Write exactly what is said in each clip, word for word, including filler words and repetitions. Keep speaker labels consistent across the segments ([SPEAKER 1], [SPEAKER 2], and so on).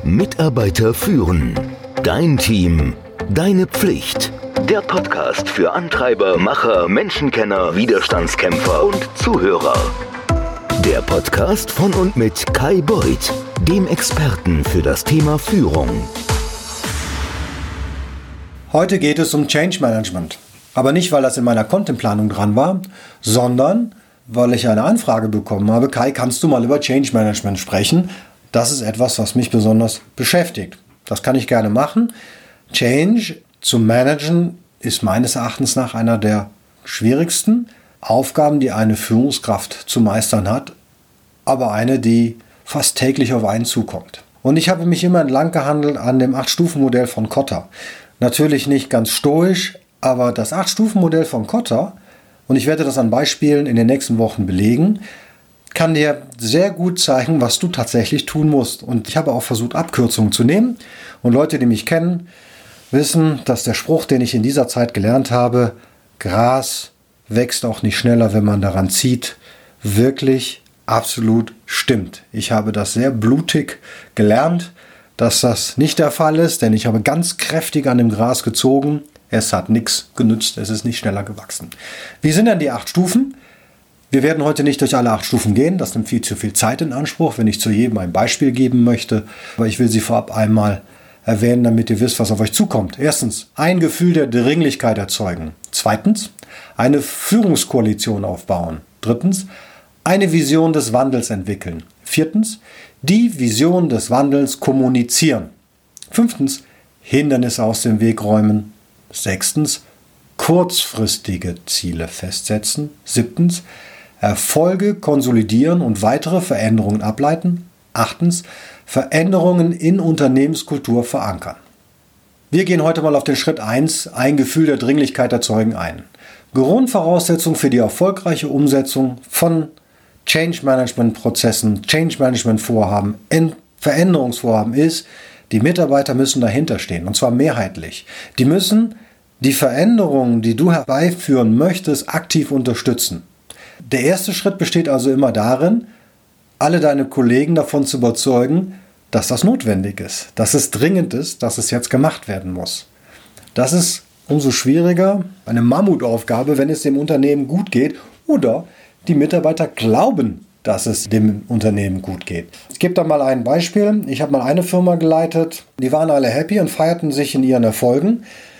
[SPEAKER 1] Mitarbeiter führen. Dein Team. Deine Pflicht. Der Podcast für Antreiber, Macher, Menschenkenner, Widerstandskämpfer und Zuhörer. Der Podcast von und mit Kai Beuth, dem Experten für das Thema Führung.
[SPEAKER 2] Heute geht es um Change Management. Aber nicht, weil das in meiner Contentplanung dran war, sondern weil ich eine Anfrage bekommen habe. Kai, kannst du mal über Change Management sprechen? Das ist etwas, was mich besonders beschäftigt. Das kann ich gerne machen. Change zu managen ist meines Erachtens nach einer der schwierigsten Aufgaben, die eine Führungskraft zu meistern hat, aber eine, die fast täglich auf einen zukommt. Und ich habe mich immer entlang gehandelt an dem acht-Stufen-Modell von Kotter. Natürlich nicht ganz stoisch, aber das acht-Stufen-Modell von Kotter, und ich werde das an Beispielen in den nächsten Wochen belegen, kann dir sehr gut zeigen, was du tatsächlich tun musst. Und ich habe auch versucht, Abkürzungen zu nehmen. Und Leute, die mich kennen, wissen, dass der Spruch, den ich in dieser Zeit gelernt habe, Gras wächst auch nicht schneller, wenn man daran zieht, wirklich absolut stimmt. Ich habe das sehr blutig gelernt, dass das nicht der Fall ist, denn ich habe ganz kräftig an dem Gras gezogen. Es hat nichts genützt, es ist nicht schneller gewachsen. Wie sind denn die acht Stufen? Wir werden heute nicht durch alle acht Stufen gehen, das nimmt viel zu viel Zeit in Anspruch, wenn ich zu jedem ein Beispiel geben möchte. Aber ich will sie vorab einmal erwähnen, damit ihr wisst, was auf euch zukommt. Erstens, ein Gefühl der Dringlichkeit erzeugen. Zweitens, eine Führungskoalition aufbauen. Drittens, eine Vision des Wandels entwickeln. Viertens, die Vision des Wandels kommunizieren. Fünftens, Hindernisse aus dem Weg räumen. Sechstens, kurzfristige Ziele festsetzen. Siebtens, Erfolge konsolidieren und weitere Veränderungen ableiten. Achtens, Veränderungen in Unternehmenskultur verankern. Wir gehen heute mal auf den Schritt eins, ein Gefühl der Dringlichkeit erzeugen ein. Grundvoraussetzung für die erfolgreiche Umsetzung von Change Management Prozessen, Change Management Vorhaben, Veränderungsvorhaben ist, die Mitarbeiter müssen dahinter stehen, und zwar mehrheitlich. Die müssen die Veränderungen, die du herbeiführen möchtest, aktiv unterstützen. Der erste Schritt besteht also immer darin, alle deine Kollegen davon zu überzeugen, dass das notwendig ist, dass es dringend ist, dass es jetzt gemacht werden muss. Das ist umso schwieriger, eine Mammutaufgabe, wenn es dem Unternehmen gut geht oder die Mitarbeiter glauben, dass es dem Unternehmen gut geht. Ich gebe da mal ein Beispiel. Ich habe mal eine Firma geleitet, die waren alle happy und feierten sich in ihren Erfolgen.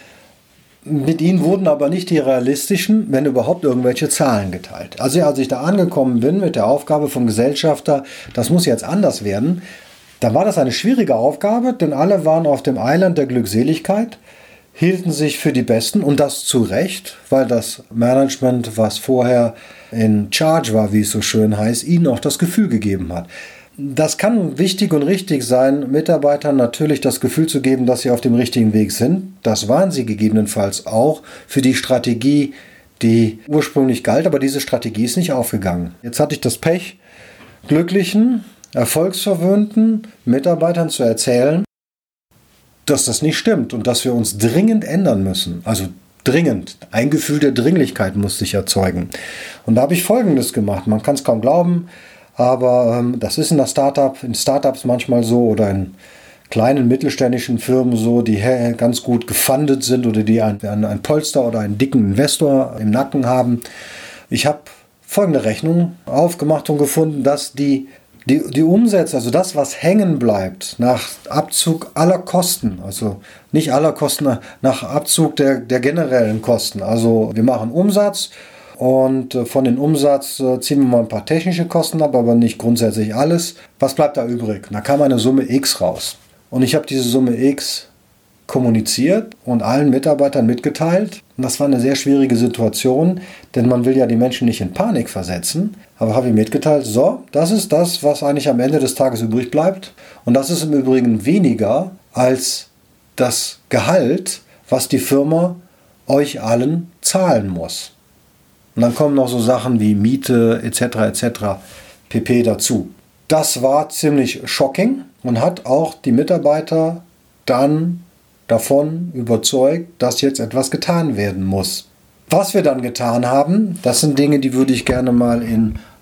[SPEAKER 2] Mit ihnen wurden aber nicht die realistischen, wenn überhaupt, irgendwelche Zahlen geteilt. Also als ich da angekommen bin mit der Aufgabe vom Gesellschafter, das muss jetzt anders werden, dann war das eine schwierige Aufgabe, denn alle waren auf dem Eiland der Glückseligkeit, hielten sich für die Besten, und das zu Recht, weil das Management, was vorher in Charge war, wie es so schön heißt, ihnen auch das Gefühl gegeben hat. Das kann wichtig und richtig sein, Mitarbeitern natürlich das Gefühl zu geben, dass sie auf dem richtigen Weg sind. Das waren sie gegebenenfalls auch für die Strategie, die ursprünglich galt, aber diese Strategie ist nicht aufgegangen. Jetzt hatte ich das Pech, glücklichen, erfolgsverwöhnten Mitarbeitern zu erzählen, dass das nicht stimmt und dass wir uns dringend ändern müssen. Also dringend. Ein Gefühl der Dringlichkeit muss sich erzeugen. Und da habe ich Folgendes gemacht. Man kann es kaum glauben, aber ähm, das ist in der Startup, in Startups manchmal so oder in kleinen mittelständischen Firmen so, die ganz gut gefundet sind oder die ein, ein Polster oder einen dicken Investor im Nacken haben. Ich habe folgende Rechnung aufgemacht und gefunden, dass die, die, die Umsätze, also das, was hängen bleibt nach Abzug aller Kosten, also nicht aller Kosten, nach Abzug der, der generellen Kosten. Also wir machen Umsatz, und von den Umsatz ziehen wir mal ein paar technische Kosten ab, aber nicht grundsätzlich alles. Was bleibt da übrig? Da kam eine Summe X raus. Und ich habe diese Summe X kommuniziert und allen Mitarbeitern mitgeteilt. Und das war eine sehr schwierige Situation, denn man will ja die Menschen nicht in Panik versetzen. Aber habe ich mitgeteilt, so, das ist das, was eigentlich am Ende des Tages übrig bleibt. Und das ist im Übrigen weniger als das Gehalt, was die Firma euch allen zahlen muss. Und dann kommen noch so Sachen wie Miete et cetera et cetera pp. Dazu. Das war ziemlich shocking und hat auch die Mitarbeiter dann davon überzeugt, dass jetzt etwas getan werden muss. Was wir dann getan haben, das sind Dinge, die würde ich gerne mal in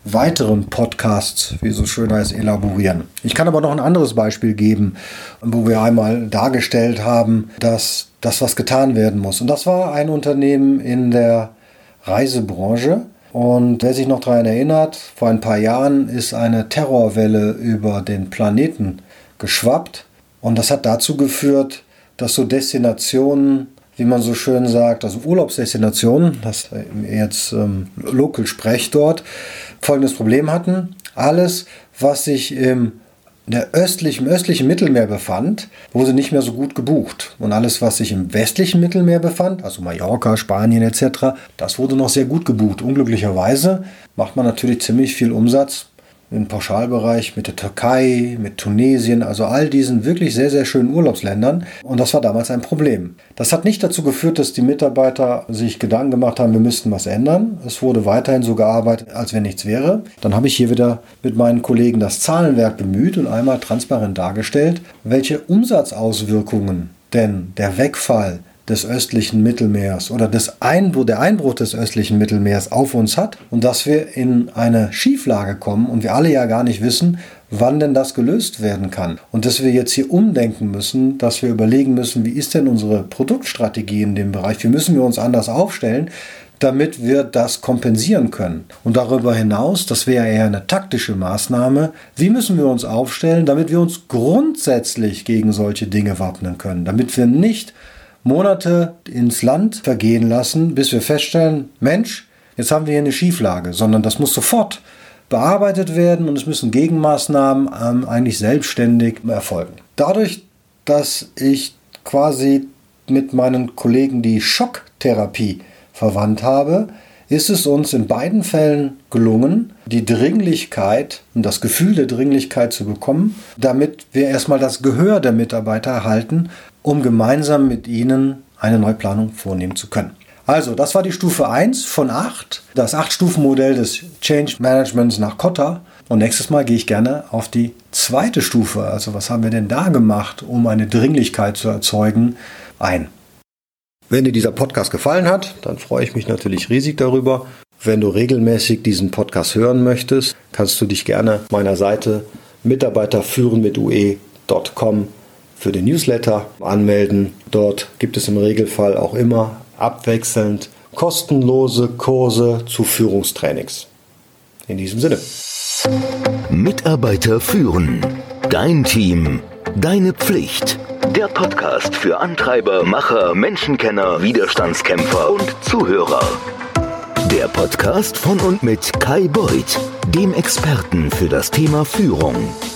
[SPEAKER 2] weiteren Podcasts, wie so schön heißt, elaborieren. Ich kann aber noch ein anderes Beispiel geben, wo wir einmal dargestellt haben, dass das, was getan werden muss. Und das war ein Unternehmen in der Reisebranche. Und wer sich noch daran erinnert, vor ein paar Jahren ist eine Terrorwelle über den Planeten geschwappt. Und das hat dazu geführt, dass so Destinationen, wie man so schön sagt, also Urlaubsdestinationen, das jetzt ähm, local sprecht dort, folgendes Problem hatten. Alles, was sich im der östlichen, im östlichen Mittelmeer befand, wurde nicht mehr so gut gebucht. Und alles, was sich im westlichen Mittelmeer befand, also Mallorca, Spanien et cetera, das wurde noch sehr gut gebucht. Unglücklicherweise macht man natürlich ziemlich viel Umsatz im Pauschalbereich mit der Türkei, mit Tunesien, also all diesen wirklich sehr, sehr schönen Urlaubsländern. Und das war damals ein Problem. Das hat nicht dazu geführt, dass die Mitarbeiter sich Gedanken gemacht haben, wir müssten was ändern. Es wurde weiterhin so gearbeitet, als wenn nichts wäre. Dann habe ich hier wieder mit meinen Kollegen das Zahlenwerk bemüht und einmal transparent dargestellt, welche Umsatzauswirkungen denn der Wegfall des östlichen Mittelmeers oder des Einbruch, der Einbruch des östlichen Mittelmeers auf uns hat und dass wir in eine Schieflage kommen und wir alle ja gar nicht wissen, wann denn das gelöst werden kann. Und dass wir jetzt hier umdenken müssen, dass wir überlegen müssen, wie ist denn unsere Produktstrategie in dem Bereich, wie müssen wir uns anders aufstellen, damit wir das kompensieren können. Und darüber hinaus, das wäre eher eine taktische Maßnahme, wie müssen wir uns aufstellen, damit wir uns grundsätzlich gegen solche Dinge wappnen können, damit wir nicht Monate ins Land vergehen lassen, bis wir feststellen, Mensch, jetzt haben wir hier eine Schieflage, sondern das muss sofort bearbeitet werden und es müssen Gegenmaßnahmen ähm, eigentlich selbstständig erfolgen. Dadurch, dass ich quasi mit meinen Kollegen die Schocktherapie verwandt habe, ist es uns in beiden Fällen gelungen, die Dringlichkeit und das Gefühl der Dringlichkeit zu bekommen, damit wir erstmal das Gehör der Mitarbeiter erhalten, um gemeinsam mit ihnen eine Neuplanung vornehmen zu können. Also, das war die Stufe eins von acht, das acht-Stufen-Modell des Change Managements nach Kotter. Und nächstes Mal gehe ich gerne auf die zweite Stufe, also was haben wir denn da gemacht, um eine Dringlichkeit zu erzeugen, ein. Wenn dir dieser Podcast gefallen hat, dann freue ich mich natürlich riesig darüber. Wenn du regelmäßig diesen Podcast hören möchtest, kannst du dich gerne meiner Seite mitarbeiterführen mit ue punkt com für den Newsletter anmelden. Dort gibt es im Regelfall auch immer abwechselnd kostenlose Kurse zu Führungstrainings. In diesem Sinne.
[SPEAKER 1] Mitarbeiter führen. Dein Team. Deine Pflicht. Der Podcast für Antreiber, Macher, Menschenkenner, Widerstandskämpfer und Zuhörer. Der Podcast von und mit Kai Beuth, dem Experten für das Thema Führung.